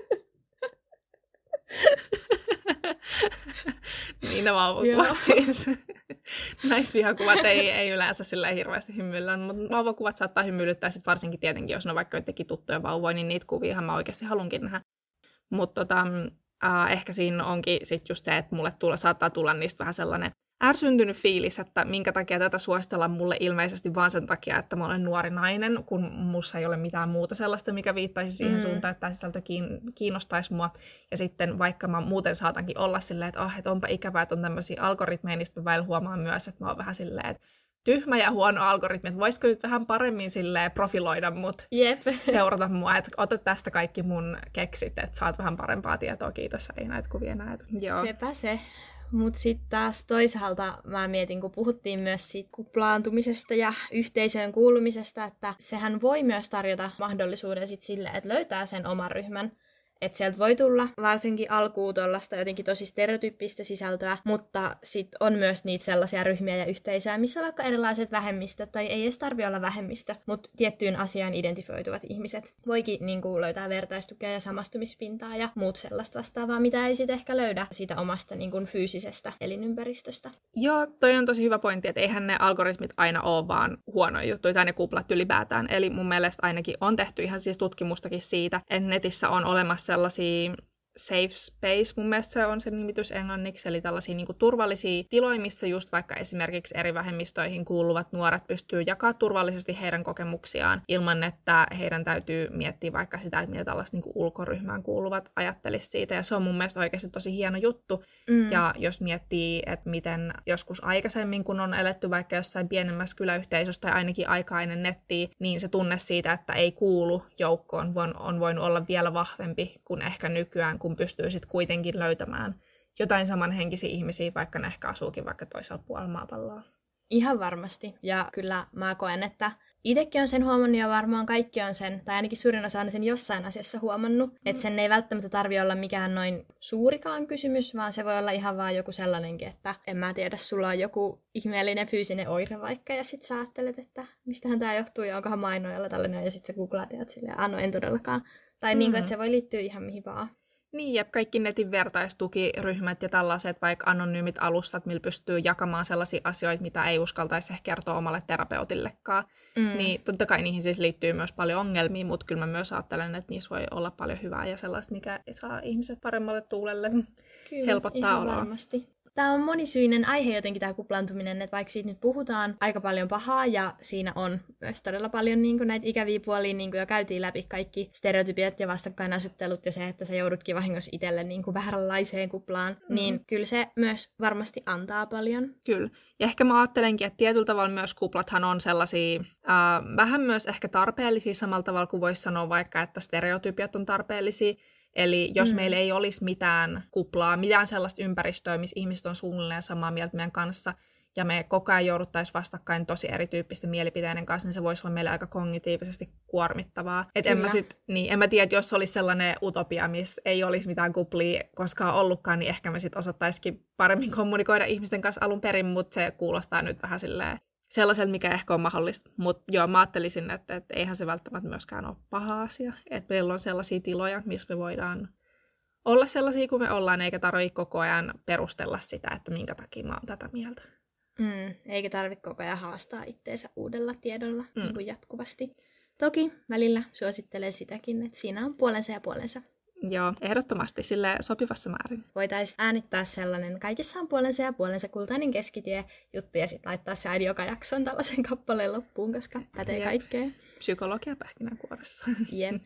Niin ne vauvakuvat siis. Naisvihakuvat ei, ei yleensä silleen hirveästi hymyillä, mutta vauvakuvat saattaa hymyilyttää sit varsinkin tietenkin, jos ne on vaikka jotenkin tuttuja vauvoja, niin niitä kuviahan mä oikeasti halunkin nähdä. Mutta tota, äh, ehkä siinä onkin sit just se, että mulle tulla, saattaa tulla niistä vähän sellainen ärsyntynyt fiilis, että minkä takia tätä suositellaan mulle ilmeisesti vaan sen takia, että mä olen nuori nainen, kun mussa ei ole mitään muuta sellaista, mikä viittaisi siihen mm. suuntaan, että tämä sisältö kiinnostaisi mua. Ja sitten vaikka mä muuten saatankin olla silleen, että, oh, että onpa ikävää, että on tämmöisiä algoritmeja, niin sitten välillä huomaan myös, että mä oon vähän silleen, että tyhmä ja huono algoritmi, että voisiko nyt vähän paremmin silleen profiloida mut, Jep. seurata mua, että ota tästä kaikki mun keksit, että saat vähän parempaa tietoa, kiitos, ei näitä kuvia näitä. Joo. Sepä se. Mutta sitten taas toisaalta mä mietin, kun puhuttiin myös siitä kuplaantumisesta ja yhteisöön kuulumisesta, että sehän voi myös tarjota mahdollisuuden sit sille, että löytää sen oman ryhmän. että sieltä voi tulla varsinkin alkuun tuollaista jotenkin tosi stereotyyppistä sisältöä, mutta sitten on myös niitä sellaisia ryhmiä ja yhteisöjä, missä vaikka erilaiset vähemmistöt, tai ei edes tarvitse olla vähemmistö, mutta tiettyyn asiaan identifioituvat ihmiset voikin niin kuin löytää vertaistukea ja samastumispintaa ja muut sellaista vastaavaa, mitä ei sitten ehkä löydä siitä omasta niin kuin fyysisestä elinympäristöstä. Joo, toi on tosi hyvä pointti, että eihän ne algoritmit aina ole vaan huonoja juttuja, tai ne kuplat ylipäätään. Eli mun mielestä ainakin on tehty ihan siis tutkimustakin siitä, että netissä on olemassa sellaisia safe space, mun mielestä se on se nimitys englanniksi, eli tällaisia niin kuin turvallisia tiloja, missä just vaikka esimerkiksi eri vähemmistöihin kuuluvat nuoret pystyy jakamaan turvallisesti heidän kokemuksiaan ilman, että heidän täytyy miettiä vaikka sitä, että mitä tällaista niin kuin ulkoryhmään kuuluvat ajattelisi siitä, ja se on mun mielestä oikeasti tosi hieno juttu, mm. ja jos miettii, että miten joskus aikaisemmin, kun on eletty vaikka jossain pienemmässä kyläyhteisössä tai ainakin aika ennen nettiä, niin se tunne siitä, että ei kuulu joukkoon, on voinut olla vielä vahvempi kuin ehkä nykyään, kun pystyy sitten kuitenkin löytämään jotain samanhenkisiä ihmisiä, vaikka ne ehkä asuukin vaikka toisella puolella maapalloa. Ihan varmasti. Ja kyllä mä koen, että itsekin on sen huomannut ja varmaan kaikki on sen, tai ainakin suurin osa on sen jossain asiassa huomannut, mm. että sen ei välttämättä tarvitse olla mikään noin suurikaan kysymys, vaan se voi olla ihan vaan joku sellainenkin, että en mä tiedä, sulla on joku ihmeellinen fyysinen oire vaikka, ja sit sä ajattelet, että mistähän tää johtuu, ja onkohan mainoilla tällainen, ja sit sä googlaat ja silleen, ah no en todellakaan. Tai mm. niin kuin, että se voi liittyä ihan mihin vaan. Niin, ja kaikki netin vertaistukiryhmät ja tällaiset vaikka anonyymit alustat, millä pystyy jakamaan sellaisia asioita, mitä ei uskaltaisi ehkä kertoa omalle terapeutillekaan. Mm. Niin totta kai niihin siis liittyy myös paljon ongelmia, mutta kyllä mä myös ajattelen, että niissä voi olla paljon hyvää ja sellaista, mikä saa ihmiset paremmalle tuulelle, kyllä, helpottaa oloa. Varmasti. Tämä on monisyinen aihe jotenkin tämä kuplaantuminen, että vaikka siitä nyt puhutaan aika paljon pahaa ja siinä on myös todella paljon niin kuin näitä ikäviä puolia, niin kuin jo käytiin läpi kaikki stereotypiat ja vastakkainasettelut ja se, että sä joudutkin vahingossa itselle niin kuin vääränlaiseen kuplaan, mm-hmm. niin kyllä se myös varmasti antaa paljon. Kyllä. Ja ehkä mä ajattelenkin, että tietyllä tavalla myös kuplathan on sellaisia äh, vähän myös ehkä tarpeellisia samalla tavalla kuin voisi sanoa vaikka, että stereotypiat on tarpeellisia. Eli jos mm. meillä ei olisi mitään kuplaa, mitään sellaista ympäristöä, missä ihmiset on suunnilleen samaa mieltä meidän kanssa, ja me koko ajan jouduttaisiin vastakkain tosi erityyppisten mielipiteiden kanssa, niin se voisi olla meille aika kognitiivisesti kuormittavaa. Et en, mä sit, niin, en mä tiedä, että jos olisi sellainen utopia, missä ei olisi mitään kuplia koskaan ollutkaan, niin ehkä me sitten osattaisikin paremmin kommunikoida ihmisten kanssa alun perin, mutta se kuulostaa nyt vähän silleen sellaiselta, mikä ehkä on mahdollista. Mutta joo, mä ajattelisin, että, että eihän se välttämättä myöskään ole paha asia. Että meillä on sellaisia tiloja, missä me voidaan olla sellaisia kuin me ollaan, eikä tarvitse koko ajan perustella sitä, että minkä takia mä oon tätä mieltä. Mm, eikä tarvitse koko ajan haastaa itteensä uudella tiedolla mm. niin kuin jatkuvasti. Toki välillä suosittelen sitäkin, että siinä on puolensa ja puolensa. Joo, ehdottomasti sille sopivassa määrin. Voitaisiin äänittää sellainen kaikissa on puolensa ja puolensa kultainen keskitie juttu ja sitten laittaa se aina joka jakson tällaisen kappaleen loppuun, koska pätee Jep. kaikkeen. Psykologia pähkinänkuoressa. Jep.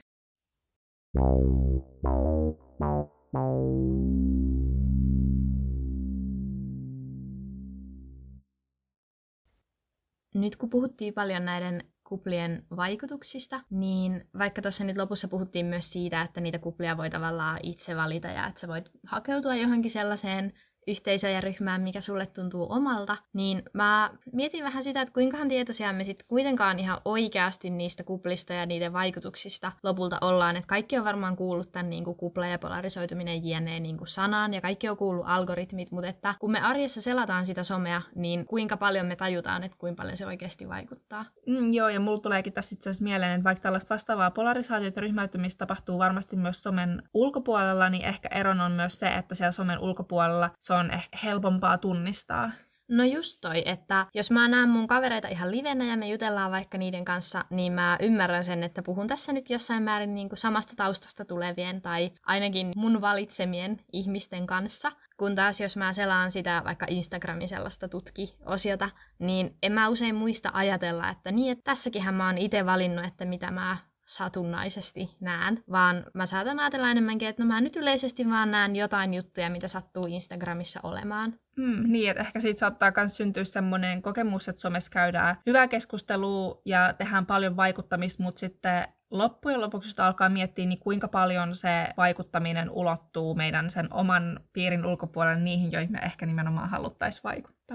Nyt kun puhuttiin paljon näiden kuplien vaikutuksista, niin vaikka tuossa nyt lopussa puhuttiin myös siitä, että niitä kuplia voi tavallaan itse valita ja että sä voit hakeutua johonkin sellaiseen yhteisöön ja ryhmään, mikä sulle tuntuu omalta, niin mä mietin vähän sitä, että kuinkahan tietoisia me sitten kuitenkaan ihan oikeasti niistä kuplista ja niiden vaikutuksista lopulta ollaan, että kaikki on varmaan kuullut tämän niin kuin kupla ja polarisoituminen jne. Niin kuin sanaan ja kaikki on kuullut algoritmit, mutta että kun me arjessa selataan sitä somea, niin kuinka paljon me tajutaan, että kuinka paljon se oikeasti vaikuttaa. Mm, joo, ja mulla tuleekin tässä itse asiassa mieleen, että vaikka tällaista vastaavaa polarisaatiota ja ryhmäytymistä tapahtuu varmasti myös somen ulkopuolella, niin ehkä eron on myös se, että siellä somen ulkopuolella se on ehkä helpompaa tunnistaa. No just toi, että jos mä näen mun kavereita ihan livenä ja me jutellaan vaikka niiden kanssa, niin mä ymmärrän sen, että puhun tässä nyt jossain määrin niin kuin samasta taustasta tulevien tai ainakin mun valitsemien ihmisten kanssa. Kun taas jos mä selaan sitä vaikka Instagramin sellaista tutki-osiota, niin en mä usein muista ajatella, että niin, että tässäkinhän mä oon itse valinnut, että mitä mä satunnaisesti näen, vaan mä saatan ajatella enemmänkin, että no mä nyt yleisesti vaan näen jotain juttuja, mitä sattuu Instagramissa olemaan. Mm, niin, että ehkä siitä saattaa myös syntyä semmoinen kokemus, että somessa käydään hyvää keskustelua ja tehdään paljon vaikuttamista, mutta sitten loppujen lopuksi sitä alkaa miettiä, niin kuinka paljon se vaikuttaminen ulottuu meidän sen oman piirin ulkopuolelle niihin, joihin me ehkä nimenomaan haluttaisiin vaikuttaa.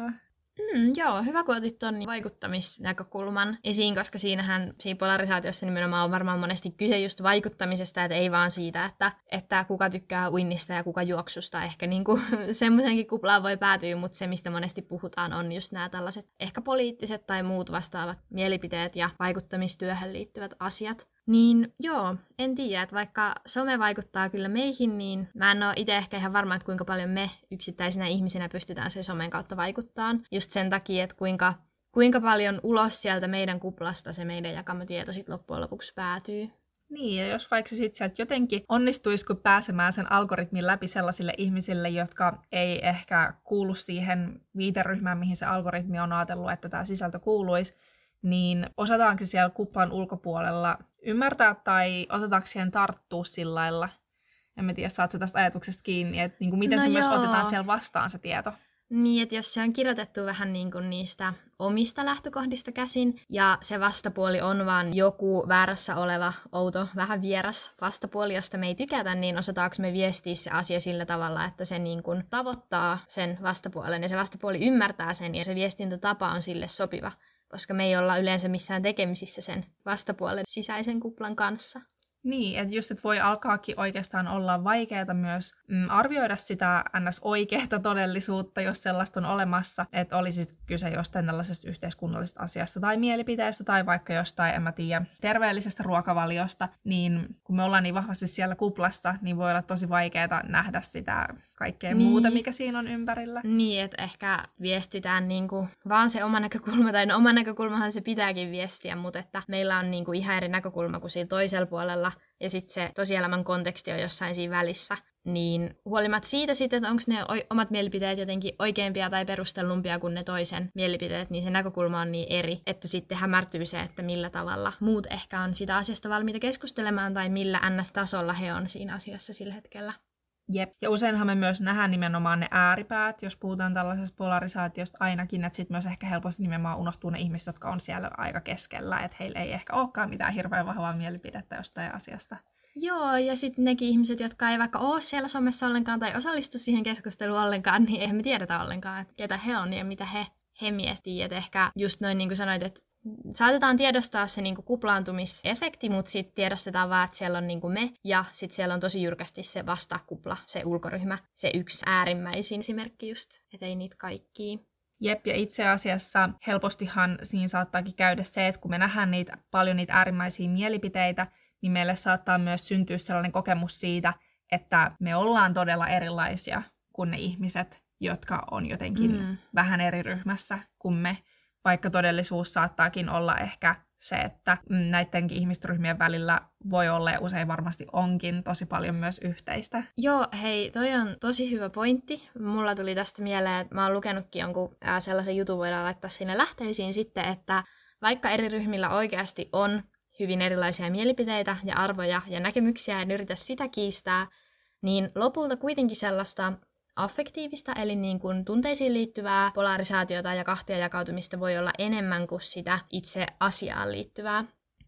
Mm, joo, hyvä kun otit tuon vaikuttamisnäkökulman esiin, koska siinähän siinä polarisaatiossa nimenomaan on varmaan monesti kyse just vaikuttamisesta, että ei vaan siitä, että, että kuka tykkää uinnista ja kuka juoksusta. Ehkä niinku semmoisenkin kuplaan voi päätyä, mutta se, mistä monesti puhutaan, on just nämä tällaiset ehkä poliittiset tai muut vastaavat mielipiteet ja vaikuttamistyöhön liittyvät asiat. Niin joo, en tiedä, että vaikka some vaikuttaa kyllä meihin, niin mä en ole itse ehkä ihan varma, että kuinka paljon me yksittäisinä ihmisinä pystytään sen somen kautta vaikuttamaan. Just sen takia, että kuinka, kuinka paljon ulos sieltä meidän kuplasta se meidän jakama tieto sitten loppujen lopuksi päätyy. Niin, ja jos vaikka sitten sieltä jotenkin onnistuisiko pääsemään sen algoritmin läpi sellaisille ihmisille, jotka ei ehkä kuulu siihen viiteryhmään, mihin se algoritmi on ajatellut, että tämä sisältö kuuluisi, niin osataanko siellä kuplan ulkopuolella ymmärtää tai osataanko siihen tarttua sillä lailla? En mä tiedä, saatko tästä ajatuksesta kiinni, että niin kuin miten no se joo. myös otetaan siellä vastaan se tieto? Niin, että jos se on kirjoitettu vähän niin kuin niistä omista lähtökohdista käsin, ja se vastapuoli on vaan joku väärässä oleva, outo, vähän vieras vastapuoli, josta me ei tykätä, niin osataanko me viestiä se asia sillä tavalla, että se niin kuin tavoittaa sen vastapuolen, ja se vastapuoli ymmärtää sen, ja se viestintätapa on sille sopiva, koska me ei olla yleensä missään tekemisissä sen vastapuolen sisäisen kuplan kanssa. Niin, että just et voi alkaakin oikeastaan olla vaikeaa myös mm, arvioida sitä ns. Oikeaa todellisuutta, jos sellaista on olemassa, että olisi kyse jostain tällaisesta yhteiskunnallisesta asiasta tai mielipiteestä tai vaikka jostain, en mä tiedä, terveellisestä ruokavaliosta, niin kun me ollaan niin vahvasti siellä kuplassa, niin voi olla tosi vaikeaa nähdä sitä kaikkea niin. muuta, mikä siinä on ympärillä. Niin, että ehkä viestitään niinku vaan se oma näkökulma, tai no oma näkökulmahan se pitääkin viestiä, mutta että meillä on niinku ihan eri näkökulma kuin siinä toisella puolella, ja sitten se tosielämän konteksti on jossain siinä välissä, niin huolimatta siitä sitten, että onko ne omat mielipiteet jotenkin oikeampia tai perustellumpia kuin ne toisen mielipiteet, niin se näkökulma on niin eri, että sitten hämärtyy se, että millä tavalla muut ehkä on sitä asiasta valmiita keskustelemaan tai millä ns-tasolla he on siinä asiassa sillä hetkellä. Jep. Ja useinhan me myös nähdään nimenomaan ne ääripäät, jos puhutaan tällaisesta polarisaatiosta ainakin, että sitten myös ehkä helposti nimenomaan unohtuu ne ihmiset, jotka on siellä aika keskellä, että heillä ei ehkä olekaan mitään hirveän vahvaa mielipidettä jostain asiasta. Joo, ja sitten nekin ihmiset, jotka ei vaikka ole siellä somessa ollenkaan tai osallistu siihen keskusteluun ollenkaan, niin eihän me tiedetä ollenkaan, että ketä he on ja mitä he, he miettii. Että ehkä just noin niin kuin sanoit, että saatetaan tiedostaa se niinku kuplaantumisefekti, mutta sitten tiedostetaan vaan, että siellä on niinku me, ja sitten siellä on tosi jyrkästi se vastakupla, se ulkoryhmä, se yksi äärimmäisin esimerkki just, että ei niitä kaikkia. Jep, ja itse asiassa helpostihan siinä saattaakin käydä se, että kun me nähdään niitä, paljon niitä äärimmäisiä mielipiteitä, niin meille saattaa myös syntyä sellainen kokemus siitä, että me ollaan todella erilaisia kuin ne ihmiset, jotka on jotenkin mm. vähän eri ryhmässä kuin me. Vaikka todellisuus saattaakin olla ehkä se, että näidenkin ihmisryhmien välillä voi olla ja usein varmasti onkin tosi paljon myös yhteistä. Joo, hei, toi on tosi hyvä pointti. Mulla tuli tästä mieleen, että mä oon lukenutkin jonkun ää, sellaisen jutun, voidaan laittaa sinne lähteisiin sitten, että vaikka eri ryhmillä oikeasti on hyvin erilaisia mielipiteitä ja arvoja ja näkemyksiä, en yritä sitä kiistää, niin lopulta kuitenkin sellaista affektiivista, eli niin kuin tunteisiin liittyvää polarisaatiota ja kahtia jakautumista voi olla enemmän kuin sitä itse asiaan liittyvää.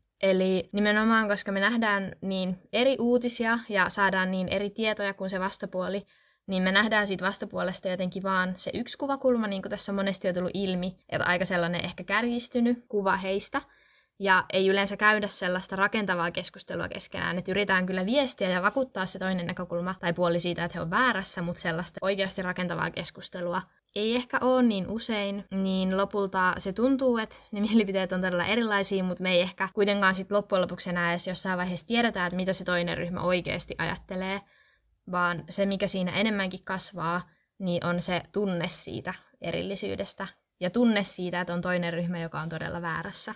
Eli nimenomaan, koska me nähdään niin eri uutisia ja saadaan niin eri tietoja kuin se vastapuoli, niin me nähdään siitä vastapuolesta jotenkin vaan se yksi kuvakulma, niin kuin tässä on monesti jo tullut ilmi, että aika sellainen ehkä kärjistynyt kuva heistä. Ja ei yleensä käydä sellaista rakentavaa keskustelua keskenään, että yritetään kyllä viestiä ja vakuuttaa se toinen näkökulma tai puoli siitä, että he on väärässä, mutta sellaista oikeasti rakentavaa keskustelua ei ehkä ole niin usein, niin lopulta se tuntuu, että ne mielipiteet on todella erilaisia, mutta me ei ehkä kuitenkaan sit loppujen lopuksi enää edes jossain vaiheessa tiedetä, että mitä se toinen ryhmä oikeasti ajattelee, vaan se, mikä siinä enemmänkin kasvaa, niin on se tunne siitä erillisyydestä ja tunne siitä, että on toinen ryhmä, joka on todella väärässä.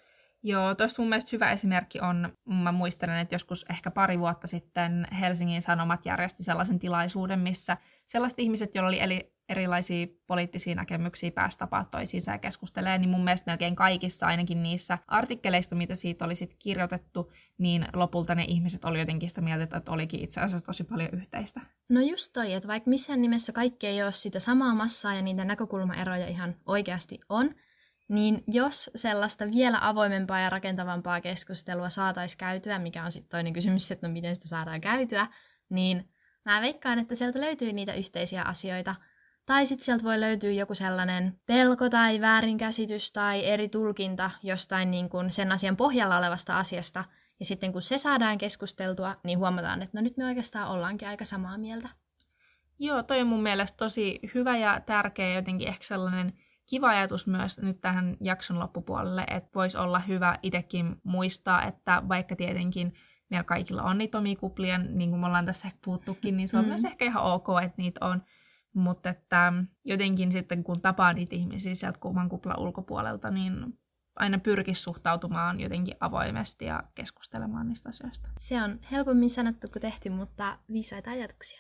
Joo, tuosta mun mielestä hyvä esimerkki on, mä muistelen, että joskus ehkä pari vuotta sitten Helsingin Sanomat järjesti sellaisen tilaisuuden, missä sellaiset ihmiset, joilla oli eli erilaisia poliittisia näkemyksiä, pääsi tapaa toisiinsa ja keskustelemaan, niin mun mielestä melkein kaikissa, ainakin niissä artikkeleista, mitä siitä oli sit kirjoitettu, niin lopulta ne ihmiset oli jotenkin sitä mieltä, että olikin itse asiassa tosi paljon yhteistä. No just toi, että vaikka missään nimessä kaikki ei ole sitä samaa massaa ja niitä näkökulmaeroja ihan oikeasti on, niin jos sellaista vielä avoimempaa ja rakentavampaa keskustelua saataisiin käytyä, mikä on sitten toinen kysymys, että no miten sitä saadaan käytyä, niin mä veikkaan, että sieltä löytyy niitä yhteisiä asioita, Tai sitten sieltä voi löytyä joku sellainen pelko tai väärinkäsitys tai eri tulkinta jostain niin kuin sen asian pohjalla olevasta asiasta. Ja sitten kun se saadaan keskusteltua, niin huomataan, että no nyt me oikeastaan ollaankin aika samaa mieltä. Joo, toi on mun mielestä tosi hyvä ja tärkeä jotenkin ehkä sellainen kiva ajatus myös nyt tähän jakson loppupuolelle, että voisi olla hyvä itsekin muistaa, että vaikka tietenkin meillä kaikilla on niitä omia kuplia, niin kuin me ollaan tässä ehkä puhuttukin, niin se on mm. myös ehkä ihan ok, että niitä on. Mutta että jotenkin sitten kun tapaa niitä ihmisiä sieltä kuuman kuplan ulkopuolelta, niin aina pyrkisi suhtautumaan jotenkin avoimesti ja keskustelemaan niistä asioista. Se on helpommin sanottu kuin tehty, mutta viisaita ajatuksia.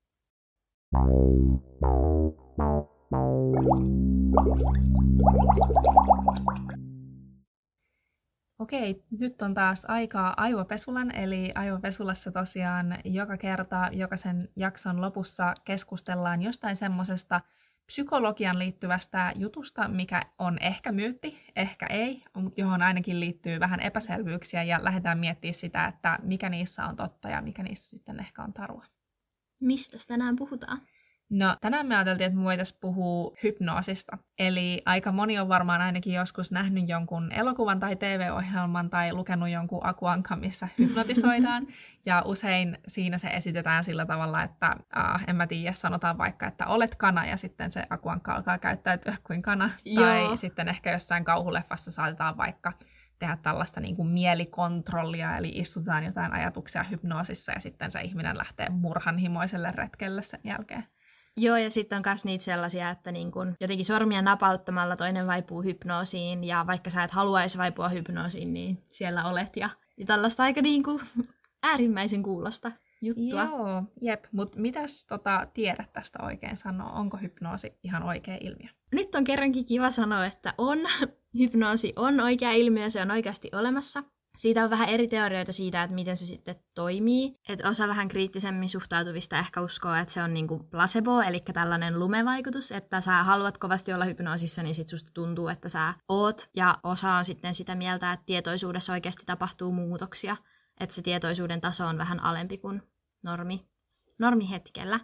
Okei, nyt on taas aikaa aivopesulan, eli aivopesulassa tosiaan joka kerta, jokaisen jakson lopussa keskustellaan jostain semmoisesta psykologian liittyvästä jutusta, mikä on ehkä myytti, ehkä ei, mutta johon ainakin liittyy vähän epäselvyyksiä ja lähdetään miettimään sitä, että mikä niissä on totta ja mikä niissä sitten ehkä on tarua. Mistä tänään puhutaan? No, tänään me ajateltiin, että me voitaisiin puhua hypnoosista. Eli aika moni on varmaan ainakin joskus nähnyt jonkun elokuvan tai T V-ohjelman tai lukenut jonkun akuankan, missä hypnotisoidaan. Ja usein siinä se esitetään sillä tavalla, että äh, en mä tiedä, sanotaan vaikka, että olet kana ja sitten se akuankka alkaa käyttäytyä kuin kana. Joo. Tai sitten ehkä jossain kauhuleffassa saatetaan vaikka tehdä tällaista niin kuin mielikontrollia, eli istutaan jotain ajatuksia hypnoosissa ja sitten se ihminen lähtee murhanhimoiselle retkelle sen jälkeen. Joo, ja sitten on myös niitä sellaisia, että niin kun jotenkin sormia napauttamalla toinen vaipuu hypnoosiin, ja vaikka sä et haluaisi vaipua hypnoosiin, niin siellä olet. Ja, ja tällaista aika niin kuin äärimmäisen kuulosta juttua. Joo, jep. Mutta mitäs tota, tiedät tästä oikein sanoa? Onko hypnoosi ihan oikea ilmiö? Nyt on kerrankin kiva sanoa, että on. Hypnoosi on oikea ilmiö, se on oikeasti olemassa. Siitä on vähän eri teorioita siitä, että miten se sitten toimii. Et osa vähän kriittisemmin suhtautuvista ehkä uskoo, että se on niinku placebo, eli tällainen lumevaikutus, että sä haluat kovasti olla hypnoosissa, niin sit susta tuntuu, että sä oot. Ja osa on sitten sitä mieltä, että tietoisuudessa oikeasti tapahtuu muutoksia, että se tietoisuuden taso on vähän alempi kuin normi, normihetkellä.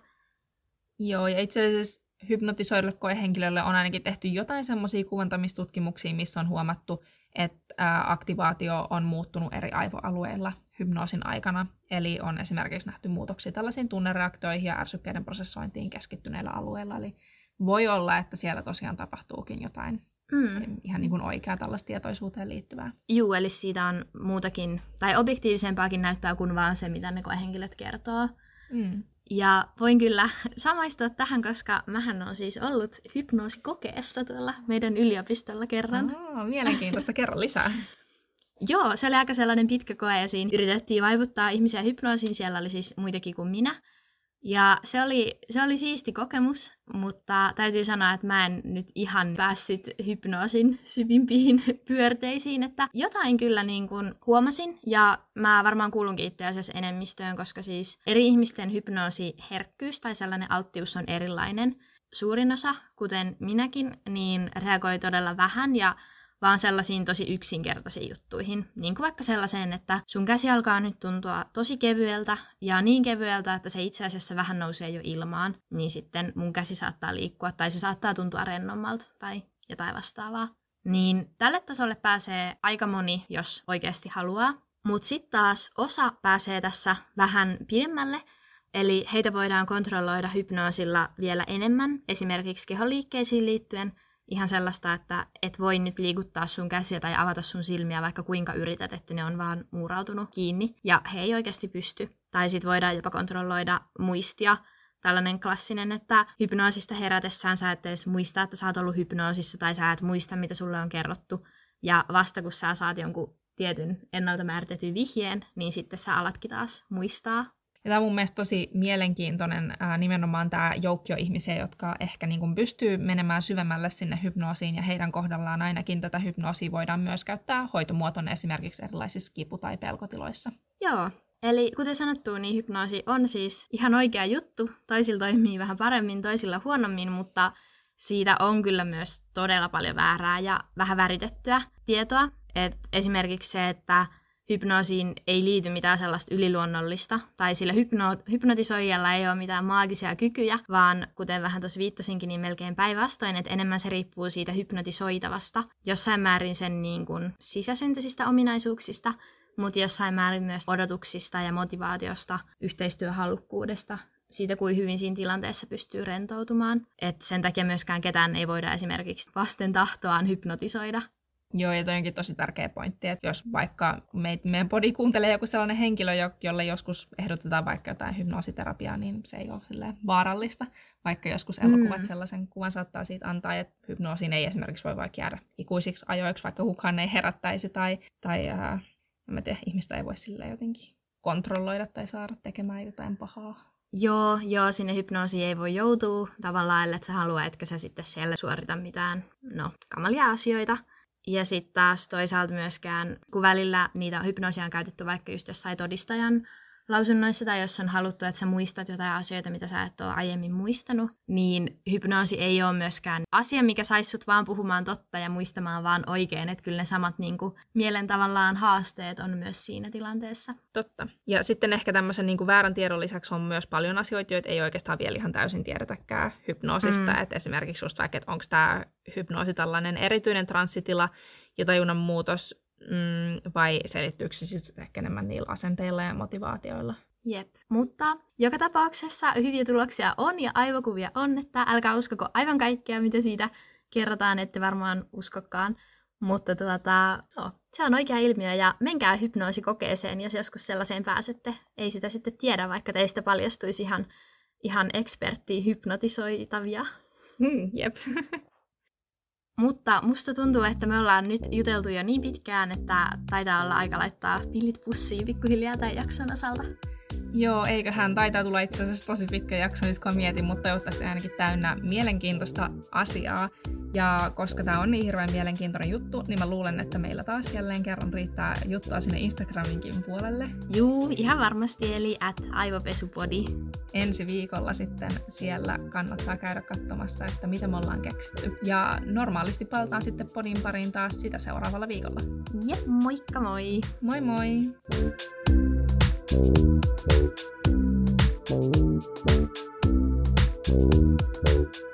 Joo, ja itse asiassa hypnotisoidulle koehenkilölle on ainakin tehty jotain semmoisia kuvantamistutkimuksia, missä on huomattu, että aktivaatio on muuttunut eri aivoalueilla hypnoosin aikana. Eli on esimerkiksi nähty muutoksia tällaisiin tunnereaktioihin ja ärsykkeiden prosessointiin keskittyneillä alueilla. Eli voi olla, että siellä tosiaan tapahtuukin jotain mm. ihan niin kuin oikeaa tällaista tietoisuuteen liittyvää. Juu, eli siitä on muutakin, tai objektiivisempaakin näyttää kuin vaan se, mitä ne koehenkilöt kertoo. Mm. Ja voin kyllä samaistua tähän, koska mähän on siis ollut hypnoosikokeessa tuolla meidän yliopistolla kerran. Oh, mielenkiintoista, kerro lisää. Joo, se oli aika sellainen pitkä koe ja siinä yritettiin vaivuttaa ihmisiä hypnoosiin. Siellä oli siis muitakin kuin minä. Ja se oli, se oli siisti kokemus, mutta täytyy sanoa, että mä en nyt ihan päässyt hypnoosin syvimpiin pyörteisiin, että jotain kyllä niin kuin huomasin, ja mä varmaan kuulunkin itse asiassa enemmistöön, koska siis eri ihmisten hypnoosiherkkyys tai sellainen alttius on erilainen. Suurin osa, kuten minäkin, niin reagoi todella vähän ja vaan sellaisiin tosi yksinkertaisiin juttuihin. Niin kuin vaikka sellaiseen, että sun käsi alkaa nyt tuntua tosi kevyeltä ja niin kevyeltä, että se itse asiassa vähän nousee jo ilmaan, niin sitten mun käsi saattaa liikkua tai se saattaa tuntua rennommalta tai jotain vastaavaa. Niin tälle tasolle pääsee aika moni, jos oikeasti haluaa. Mutta sitten taas osa pääsee tässä vähän pidemmälle, eli heitä voidaan kontrolloida hypnoosilla vielä enemmän, esimerkiksi keholiikkeisiin liittyen. Ihan sellaista, että et voi nyt liikuttaa sun käsiä tai avata sun silmiä, vaikka kuinka yrität, että ne on vaan muurautunut kiinni. Ja he ei oikeasti pysty. Tai sit voidaan jopa kontrolloida muistia. Tällainen klassinen, että hypnoosista herätessään sä et edes muista, että sä oot ollut hypnoosissa, tai sä et muista, mitä sulle on kerrottu. Ja vasta kun sä saat jonkun tietyn ennalta määritetyn vihjeen, niin sitten sä alatkin taas muistaa. Ja tämä on mun mielestä tosi mielenkiintoinen ää, nimenomaan tämä joukkio ihmisiä, jotka ehkä niin kuin pystyy menemään syvemmälle sinne hypnoosiin, ja heidän kohdallaan ainakin tätä hypnoosia voidaan myös käyttää hoitomuotona esimerkiksi erilaisissa kipu- tai pelkotiloissa. Joo, eli kuten sanottu, niin hypnoosi on siis ihan oikea juttu. Toisilla toimii vähän paremmin, toisilla huonommin, mutta siitä on kyllä myös todella paljon väärää ja vähän väritettyä tietoa. Et esimerkiksi se, että hypnoosiin ei liity mitään sellaista yliluonnollista, tai sillä hypno- hypnotisoijalla ei ole mitään maagisia kykyjä, vaan kuten vähän tuossa viittasinkin, niin melkein päinvastoin, että enemmän se riippuu siitä hypnotisoitavasta, jossain määrin sen niin kuin sisäsyntyisistä ominaisuuksista, mutta jossain määrin myös odotuksista ja motivaatiosta, yhteistyöhalukkuudesta, siitä kuin hyvin siinä tilanteessa pystyy rentoutumaan. Et sen takia myöskään ketään ei voida esimerkiksi vasten tahtoaan hypnotisoida. Joo, ja toi onkin tosi tärkeä pointti, että jos vaikka meidän body kuuntelee joku sellainen henkilö, jolle joskus ehdotetaan vaikka jotain hypnoositerapiaa, niin se ei ole silleen vaarallista. Vaikka joskus elokuvat mm. sellaisen kuvan saattaa siitä antaa, että hypnoosiin ei esimerkiksi voi vaikka jäädä ikuisiksi ajoiksi, vaikka kukaan ei herättäisi tai, tai äh, en mä tiedä, ihmistä ei voi silleen jotenkin kontrolloida tai saada tekemään jotain pahaa. Joo, joo, sinne hypnoosiin ei voi joutua tavallaan, että sä haluaa, etkä sä sitten siellä suorita mitään, no, kamalia asioita. Ja sitten taas toisaalta myöskään, kun välillä niitä hypnoosia on käytetty vaikka just jossain todistajan lausunnoissa tai jos on haluttu, että sä muistat jotain asioita, mitä sä et ole aiemmin muistanut, niin hypnoosi ei ole myöskään asia, mikä saisi sut vaan puhumaan totta ja muistamaan vaan oikein, että kyllä ne samat niin kuin, mielen tavallaan haasteet on myös siinä tilanteessa. Totta. Ja sitten ehkä tämmöisen niin kuin väärän tiedon lisäksi on myös paljon asioita, joita ei oikeastaan vielä ihan täysin tiedetäkään hypnoosista. Mm. Että esimerkiksi just vaikka, että onko tämä hypnoosi tällainen erityinen transsitila ja tajunnan muutos, Mm, vai selittyykö se sitten ehkä enemmän niillä asenteilla ja motivaatioilla? Jep. Mutta joka tapauksessa hyviä tuloksia on ja aivokuvia on, että älkää uskoko aivan kaikkea, mitä siitä kerrotaan, ette varmaan uskokaan. Mutta tuota, no, se on oikea ilmiö ja menkää hypnoosikokeeseen, jos joskus sellaiseen pääsette. Ei sitä sitten tiedä, vaikka teistä paljastuisi ihan, ihan eksperttiä hypnotisoitavia. Mm, jep. Mutta musta tuntuu, että me ollaan nyt juteltu jo niin pitkään, että taitaa olla aika laittaa pillit pussiin pikkuhiljaa tämän jakson osalta. Joo, eiköhän taitaa tulla itse asiassa tosi pitkä jakso nyt kun mietin, mutta toivottavasti ainakin täynnä mielenkiintoista asiaa. Ja koska tämä on niin hirveän mielenkiintoinen juttu, niin mä luulen, että meillä taas jälleen kerran riittää juttua sinne Instagraminkin puolelle. Juu, ihan varmasti, eli at aivopesupodi. Ensi viikolla sitten siellä kannattaa käydä katsomassa, että mitä me ollaan keksitty. Ja normaalisti palataan sitten podin pariin taas sitä seuraavalla viikolla. Jep, moikka moi! Moi moi! Thank you.